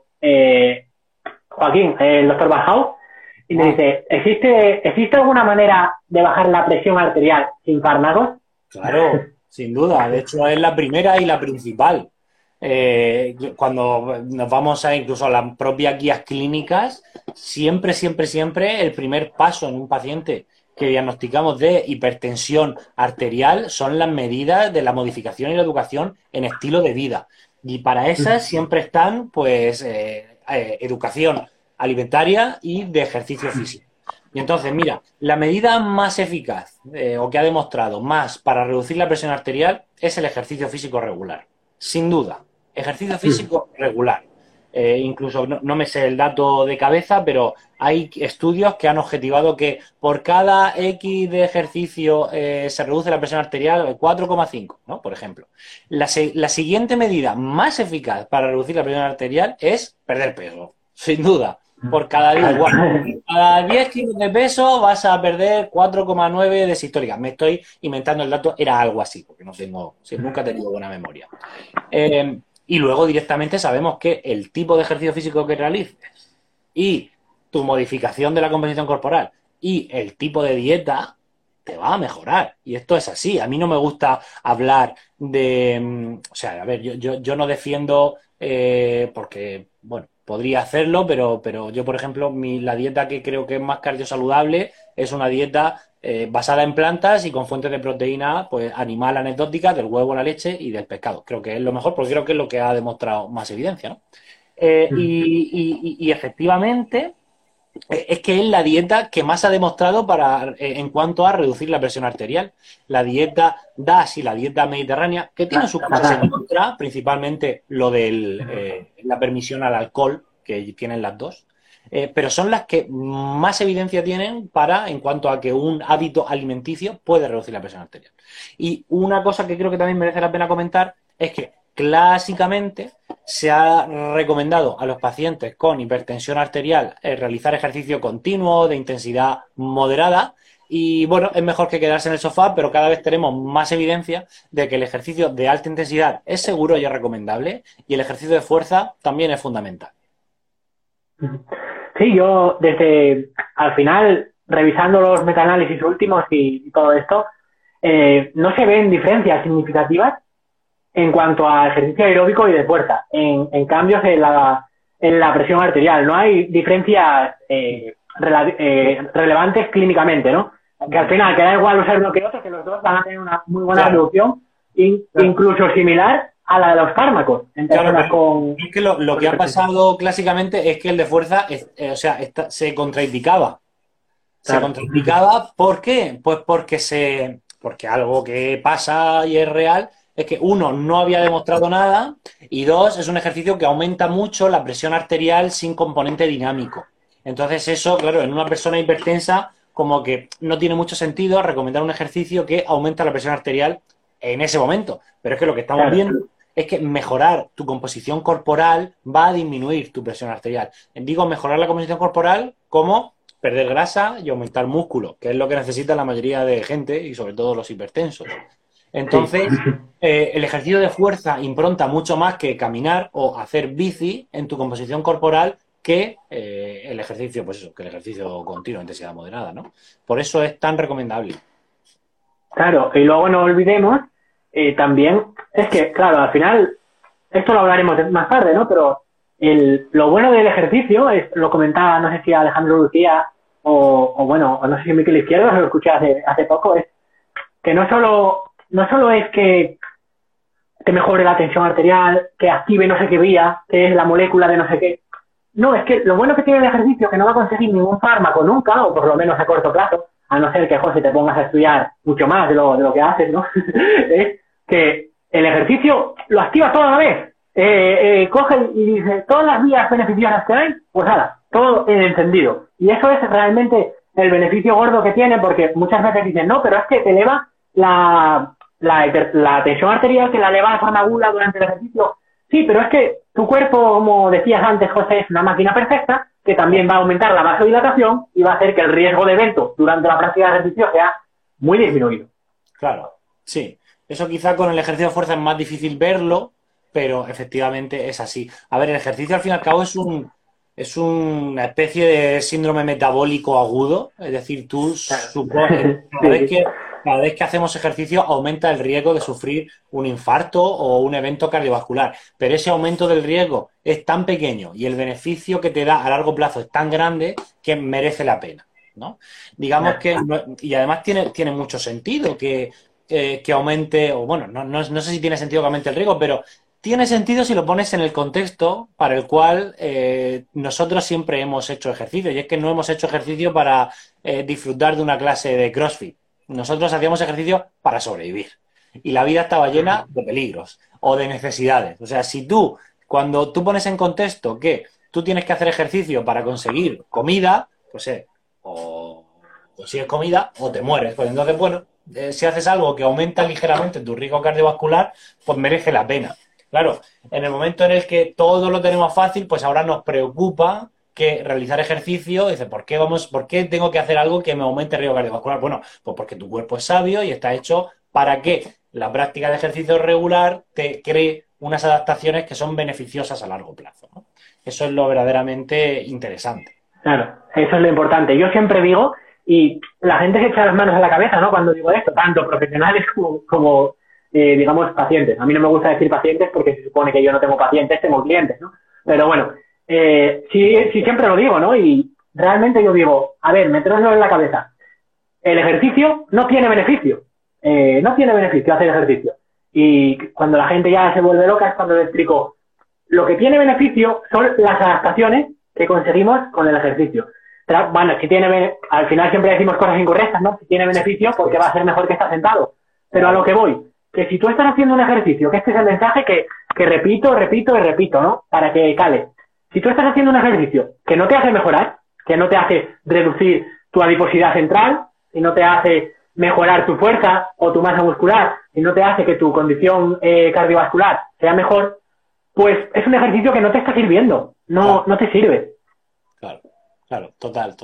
Joaquín, el doctor Bajau, y me dice, ¿existe alguna manera de bajar la presión arterial sin fármacos? Claro, sin duda. De hecho, es la primera y la principal. Cuando nos vamos incluso a las propias guías clínicas, siempre el primer paso en un paciente que diagnosticamos de hipertensión arterial son las medidas de la modificación y la educación en estilo de vida. Y para esas siempre están, educación alimentaria y de ejercicio físico. Y entonces, mira, la medida más eficaz o que ha demostrado más para reducir la presión arterial es el ejercicio físico regular. Sin duda, ejercicio físico regular. Incluso no me sé el dato de cabeza, pero hay estudios que han objetivado que por cada X de ejercicio se reduce la presión arterial 4,5, ¿no? Por ejemplo. La siguiente medida más eficaz para reducir la presión arterial es perder peso, sin duda. Por cada 10 kilos de peso vas a perder 4,9 de sistólica. Me estoy inventando el dato, era algo así, porque nunca he tenido buena memoria. Y luego directamente sabemos que el tipo de ejercicio físico que realices y tu modificación de la composición corporal y el tipo de dieta te va a mejorar. Y esto es así. A mí no me gusta hablar de... yo no defiendo porque, podría hacerlo, pero yo, por ejemplo, la dieta que creo que es más cardiosaludable es una dieta basada en plantas y con fuentes de proteína animal anecdótica, del huevo, la leche y del pescado. Creo que es lo mejor porque creo que es lo que ha demostrado más evidencia, ¿no? Y efectivamente, es que es la dieta que más ha demostrado en cuanto a reducir la presión arterial. La dieta DASH y la dieta mediterránea, que tienen sus cosas en contra, principalmente lo de la permisión al alcohol, que tienen las dos, pero son las que más evidencia tienen en cuanto a que un hábito alimenticio puede reducir la presión arterial. Y una cosa que creo que también merece la pena comentar es que clásicamente se ha recomendado a los pacientes con hipertensión arterial realizar ejercicio continuo de intensidad moderada y bueno, es mejor que quedarse en el sofá, pero cada vez tenemos más evidencia de que el ejercicio de alta intensidad es seguro y es recomendable y el ejercicio de fuerza también es fundamental. Sí, yo desde al final, revisando los metaanálisis últimos y todo esto, no se ven diferencias significativas en cuanto a ejercicio aeróbico y de fuerza, en cambios en la presión arterial. No hay diferencias relevantes clínicamente, ¿no? Que al final queda igual usar uno que otro, que los dos van a tener una muy buena reducción, incluso similar a la de los fármacos. En personas con... Es que lo que ha pasado clásicamente es que el de fuerza se contraindicaba. Se contraindicaba, ¿por qué? Pues porque algo que pasa y es real es que uno, no había demostrado nada y dos, es un ejercicio que aumenta mucho la presión arterial sin componente dinámico. Entonces eso, claro, en una persona hipertensa como que no tiene mucho sentido recomendar un ejercicio que aumenta la presión arterial en ese momento. Pero es que lo que estamos viendo es que mejorar tu composición corporal va a disminuir tu presión arterial. Digo mejorar la composición corporal como perder grasa y aumentar músculo, que es lo que necesita la mayoría de gente y sobre todo los hipertensos. Entonces, el ejercicio de fuerza impronta mucho más que caminar o hacer bici en tu composición corporal que el ejercicio, pues eso, que el ejercicio continuo, intensidad moderada, ¿no? Por eso es tan recomendable. Claro, y luego no olvidemos también, es que, claro, al final, esto lo hablaremos más tarde, ¿no? Pero lo bueno del ejercicio, lo comentaba, no sé si Alejandro Lucía o no sé si Miquel Izquierdo, lo escuché hace poco, es que no solo es que te mejore la tensión arterial, que active no sé qué vía, que es la molécula de no sé qué. No, es que lo bueno que tiene el ejercicio, que no va a conseguir ningún fármaco nunca, o por lo menos a corto plazo, a no ser que, José, te pongas a estudiar mucho más de lo que haces, ¿no? Es que el ejercicio lo activa toda la vez. Coge y dice, todas las vías beneficiosas que hay, pues nada, todo en encendido. Y eso es realmente el beneficio gordo que tiene, porque muchas veces dicen, no, pero es que te eleva la tensión arterial, que la eleva de forma aguda durante el ejercicio. Sí, pero es que tu cuerpo, como decías antes, José, es una máquina perfecta que también va a aumentar la vasodilatación y va a hacer que el riesgo de evento durante la práctica de ejercicio sea muy disminuido. Claro, sí. Eso quizá con el ejercicio de fuerza es más difícil verlo, pero efectivamente es así. A ver, el ejercicio al fin y al cabo es una especie de síndrome metabólico agudo, es decir, tú supones, cada vez que hacemos ejercicio aumenta el riesgo de sufrir un infarto o un evento cardiovascular, pero ese aumento del riesgo es tan pequeño y el beneficio que te da a largo plazo es tan grande que merece la pena, ¿no? Digamos que, y además tiene mucho sentido que aumente, o bueno, no sé si tiene sentido que aumente el riesgo, pero tiene sentido si lo pones en el contexto para el cual nosotros siempre hemos hecho ejercicio, y es que no hemos hecho ejercicio para disfrutar de una clase de CrossFit. Nosotros hacíamos ejercicio para sobrevivir. Y la vida estaba llena de peligros o de necesidades. O sea, cuando tú pones en contexto que tú tienes que hacer ejercicio para conseguir comida, pues o consigues comida o te mueres. Pues entonces, bueno, si haces algo que aumenta ligeramente tu riesgo cardiovascular, pues merece la pena. Claro, en el momento en el que todo lo tenemos fácil, pues ahora nos preocupa que realizar ejercicio, dice, ¿por qué tengo que hacer algo que me aumente el riesgo cardiovascular? Bueno, pues porque tu cuerpo es sabio y está hecho para que la práctica de ejercicio regular te cree unas adaptaciones que son beneficiosas a largo plazo, ¿no? Eso es lo verdaderamente interesante. Claro, eso es lo importante. Yo siempre digo, y la gente se echa las manos a la cabeza, ¿no? Cuando digo esto, tanto profesionales como digamos, pacientes. A mí no me gusta decir pacientes porque se supone que yo no tengo pacientes, tengo clientes, ¿no? Pero bueno, sí siempre lo digo, ¿no? Y realmente yo digo, a ver, meteroslo en la cabeza. El ejercicio no tiene beneficio. No tiene beneficio hacer ejercicio. Y cuando la gente ya se vuelve loca es cuando le explico. Lo que tiene beneficio son las adaptaciones que conseguimos con el ejercicio. bueno, si tiene, al final siempre decimos cosas incorrectas, ¿no? Si tiene beneficio, porque va a ser mejor que estar sentado. Pero a lo que voy, que si tú estás haciendo un ejercicio, que este es el mensaje que repito, repito y repito, ¿no? Para que cale. Si tú estás haciendo un ejercicio que no te hace mejorar, que no te hace reducir tu adiposidad central, y no te hace mejorar tu fuerza o tu masa muscular, y no te hace que tu condición cardiovascular sea mejor, pues es un ejercicio que no te está sirviendo, no te sirve. Claro, total.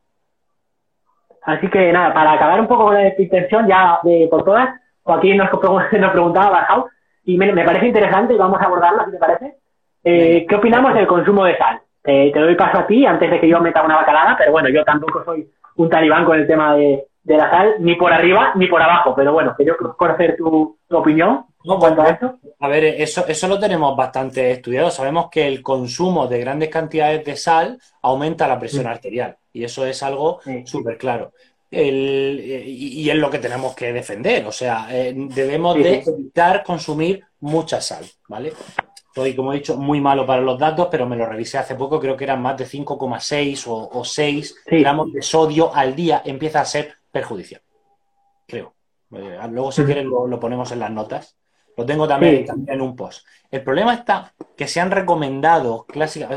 Así que nada, para acabar un poco con la hipertensión ya por todas, Joaquín nos preguntaba, Barjau, y me parece interesante y vamos a abordarla si te parece. ¿Qué opinamos del consumo de sal? Te doy paso a ti antes de que yo meta una bacalada, pero bueno, yo tampoco soy un talibán con el tema de la sal, ni por arriba ni por abajo, pero bueno, quería conocer tu opinión en cuanto a esto. A ver, eso lo tenemos bastante estudiado. Sabemos que el consumo de grandes cantidades de sal aumenta la presión arterial, y eso es algo súper claro. Y es lo que tenemos que defender, o sea, debemos de evitar consumir mucha sal, ¿vale? Soy, como he dicho, muy malo para los datos, pero me lo revisé hace poco, creo que eran más de 5,6 o 6 gramos de sodio al día, empieza a ser perjudicial, creo. Luego, si quieren, lo ponemos en las notas. Lo tengo también en un post. El problema está que se han recomendado,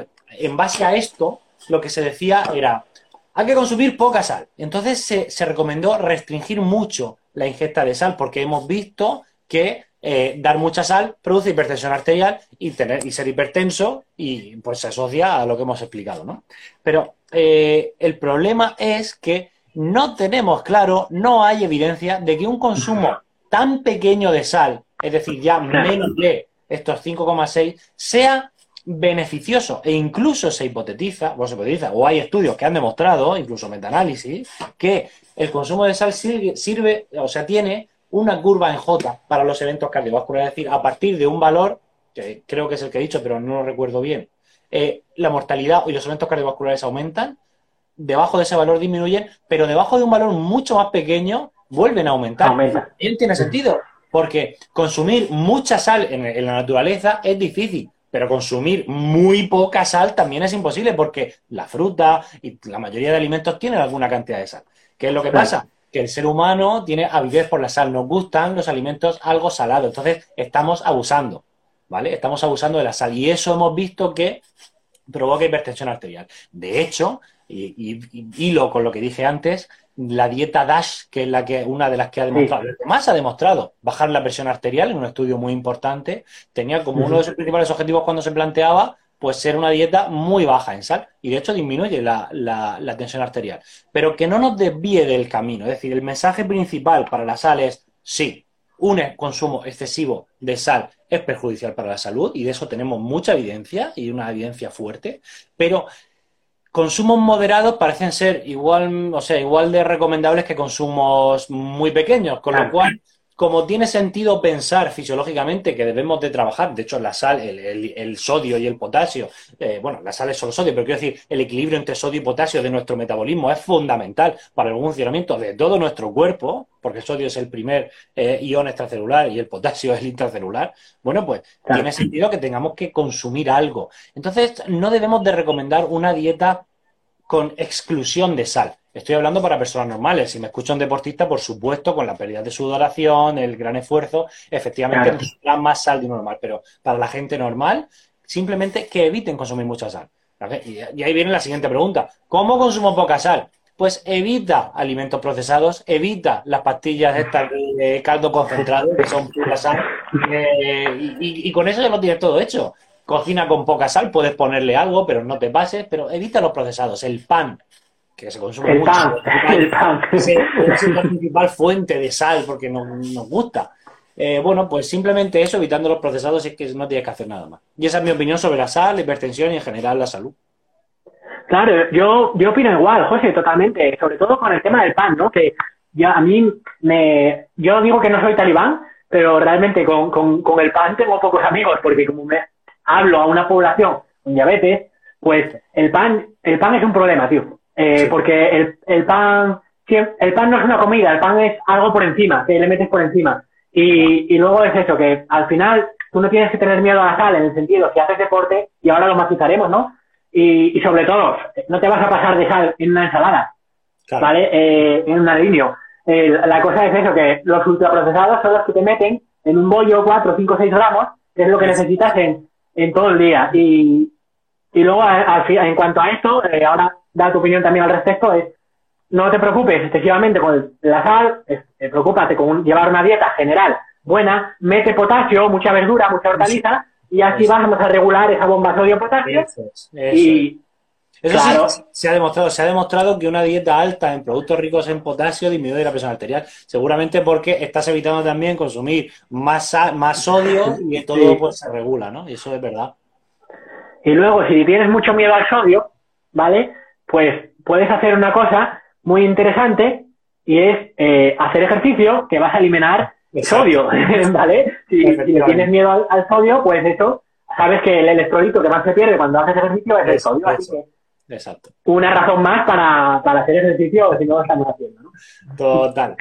en base a esto, lo que se decía era, hay que consumir poca sal. Entonces se recomendó restringir mucho la ingesta de sal, porque hemos visto que dar mucha sal produce hipertensión arterial y ser hipertenso, y pues se asocia a lo que hemos explicado, ¿no? Pero el problema es que no tenemos claro, no hay evidencia de que un consumo tan pequeño de sal, es decir, ya menos de estos 5,6, sea beneficioso, e incluso se hipotetiza, o hay estudios que han demostrado, incluso metaanálisis, que el consumo de sal sirve, o sea, tiene una curva en J para los eventos cardiovasculares, es decir, a partir de un valor, que creo que es el que he dicho, pero no lo recuerdo bien, la mortalidad y los eventos cardiovasculares aumentan, debajo de ese valor disminuyen, pero debajo de un valor mucho más pequeño vuelven a aumentar. Y tiene sentido, porque consumir mucha sal en la naturaleza es difícil, pero consumir muy poca sal también es imposible, porque la fruta y la mayoría de alimentos tienen alguna cantidad de sal. ¿Qué es lo que pasa? Que el ser humano tiene avidez por la sal, nos gustan los alimentos algo salados, entonces estamos abusando, ¿vale? Estamos abusando de la sal, y eso hemos visto que provoca hipertensión arterial. De hecho, y hilo con lo que dije antes, la dieta DASH, que es una de las que ha demostrado, más ha demostrado bajar la presión arterial en un estudio muy importante, tenía como uno de sus principales objetivos cuando se planteaba, pues ser una dieta muy baja en sal, y de hecho disminuye la tensión arterial. Pero que no nos desvíe del camino, es decir, el mensaje principal para la sal es, sí, un consumo excesivo de sal es perjudicial para la salud, y de eso tenemos mucha evidencia, y una evidencia fuerte, pero consumos moderados parecen ser igual de recomendables que consumos muy pequeños, con lo cual, como tiene sentido pensar fisiológicamente que debemos de trabajar, de hecho la sal, el sodio y el potasio, la sal es solo sodio, pero quiero decir, el equilibrio entre sodio y potasio de nuestro metabolismo es fundamental para el buen funcionamiento de todo nuestro cuerpo, porque el sodio es el primer ion extracelular y el potasio es el intracelular. Bueno, pues tiene sentido que tengamos que consumir algo. Entonces, no debemos de recomendar una dieta con exclusión de sal. Estoy hablando para personas normales. Si me escucha un deportista, por supuesto, con la pérdida de sudoración, el gran esfuerzo, efectivamente necesitará más sal de lo normal. Pero para la gente normal, simplemente que eviten consumir mucha sal. Y ahí viene la siguiente pregunta. ¿Cómo consumo poca sal? Pues evita alimentos procesados, evita las pastillas estas de caldo concentrado, que son pura sal, y con eso ya lo tienes todo hecho. Cocina con poca sal, puedes ponerle algo, pero no te pases, pero evita los procesados. El pan, que se consume mucho. El pan. Es la principal fuente de sal porque nos gusta. Pues simplemente eso, evitando los procesados, es que no tienes que hacer nada más. Y esa es mi opinión sobre la sal, la hipertensión y en general la salud. Claro, yo opino igual, José, totalmente. Sobre todo con el tema del pan, ¿no? Que yo digo que no soy talibán, pero realmente con el pan tengo pocos amigos, porque como hablo a una población con diabetes, pues el pan es un problema, tío. Porque el pan no es una comida, el pan es algo por encima, que le metes por encima. Y luego es eso, que al final tú no tienes que tener miedo a la sal, en el sentido, si haces deporte, y ahora lo matizaremos, ¿no? Y sobre todo, no te vas a pasar de sal en una ensalada, Claro. ¿vale? En un aliño. La cosa es eso, que los ultraprocesados son los que te meten en un bollo 4, 5, 6 gramos, que es lo que necesitas en todo el día. Y luego, en cuanto a esto, ahora da tu opinión también al respecto, es no te preocupes excesivamente con la sal, preocúpate con llevar una dieta general buena, mete potasio, mucha verdura, mucha hortaliza, y así vamos a regular esa bomba sodio-potasio. Y eso claro, sí se ha demostrado que una dieta alta en productos ricos en potasio disminuye la presión arterial, seguramente porque estás evitando también consumir más sodio y todo sí. pues se regula, ¿no? Y eso es verdad. Y luego, si tienes mucho miedo al sodio, ¿vale? Pues puedes hacer una cosa muy interesante y es hacer ejercicio que vas a eliminar sodio, ¿vale? Si le tienes miedo al sodio, pues eso, sabes que el electrolito que más se pierde cuando haces ejercicio es el sodio, así que Exacto. una razón más para hacer ejercicio si no lo estamos haciendo, ¿no? Total.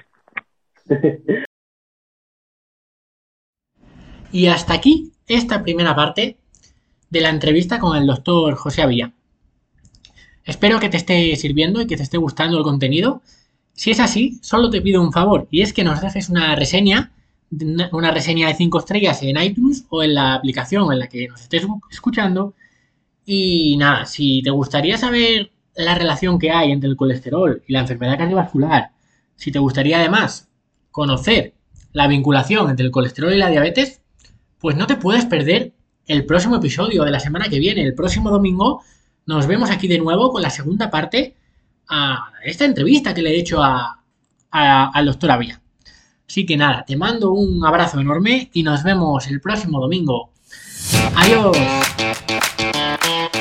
Y hasta aquí esta primera parte de la entrevista con el doctor José Avillán. Espero que te esté sirviendo y que te esté gustando el contenido. Si es así, solo te pido un favor, y es que nos dejes una reseña de 5 estrellas en iTunes o en la aplicación en la que nos estés escuchando. Y nada, si te gustaría saber la relación que hay entre el colesterol y la enfermedad cardiovascular, si te gustaría además conocer la vinculación entre el colesterol y la diabetes, pues no te puedes perder el próximo episodio de la semana que viene. El próximo domingo nos vemos aquí de nuevo con la segunda parte a esta entrevista que le he hecho al doctor Avillán. Así que nada, te mando un abrazo enorme y nos vemos el próximo domingo. Adiós.